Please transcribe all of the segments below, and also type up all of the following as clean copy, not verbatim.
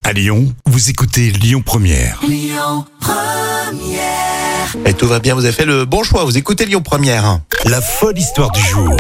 À Lyon, vous écoutez Lyon Première. Lyon Première. Et tout va bien, vous avez fait le bon choix, vous écoutez Lyon Première. La folle histoire du jour.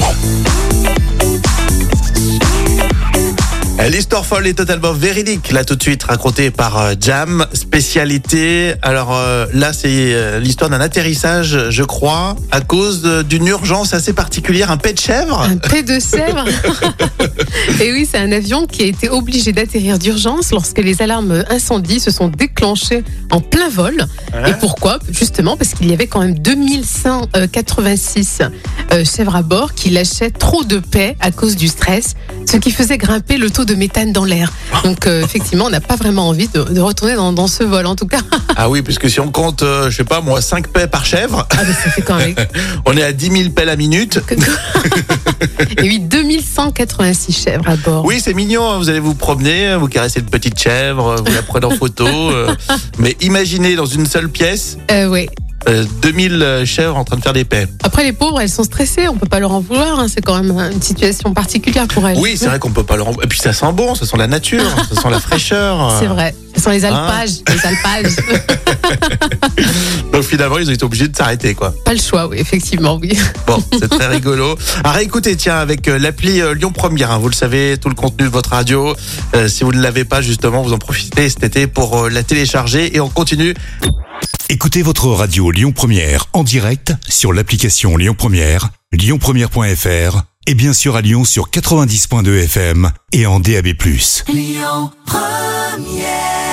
L'histoire folle est totalement véridique, là tout de suite racontée par Jam, spécialité. Alors là c'est l'histoire d'un atterrissage, je crois, à cause d'une urgence assez particulière, un pet de chèvre. Un pet de chèvre. Et oui, c'est un avion qui a été obligé d'atterrir d'urgence lorsque les alarmes incendie se sont déclenchées en plein vol. Ouais. Et pourquoi ? Justement parce qu'il y avait quand même 2186 chèvres à bord qui lâchaient trop de paix à cause du stress, ce qui faisait grimper le taux de méthane dans l'air. Donc effectivement, on n'a pas vraiment envie de retourner dans ce vol en tout cas. Ah oui, puisque si on compte, je sais pas moi, 5 pets par chèvre, Ah mais ça fait quand même... on est à 10 000 pets la minute. Et oui, 2186 chèvres à bord. Oui, c'est mignon, hein. Vous allez vous promener, vous caressez une petite chèvre, vous la prenez en photo. Mais imaginez dans une seule pièce, Oui. 2000 chèvres en train de faire des pets. Après, les pauvres, elles sont stressées, on peut pas leur en vouloir, hein. C'est quand même une situation particulière pour elles. Oui, c'est vrai qu'on peut pas leur... Et puis ça sent bon, ça sent la nature, ça sent la fraîcheur. C'est vrai. Ce sont les alpages. Les alpages. Donc finalement, ils ont été obligés de s'arrêter, quoi. Pas le choix, oui, effectivement, oui. Bon, c'est très rigolo. À réécouter, tiens, avec l'appli Lyon Première. Hein, vous le savez, tout le contenu de votre radio. Si vous ne l'avez pas, justement, vous en profitez cet été pour la télécharger. Et on continue. Écoutez votre radio Lyon Première en direct sur l'application Lyon Première, lyonpremière.fr et bien sûr à Lyon sur 90.2 FM et en DAB+. Lyon Première.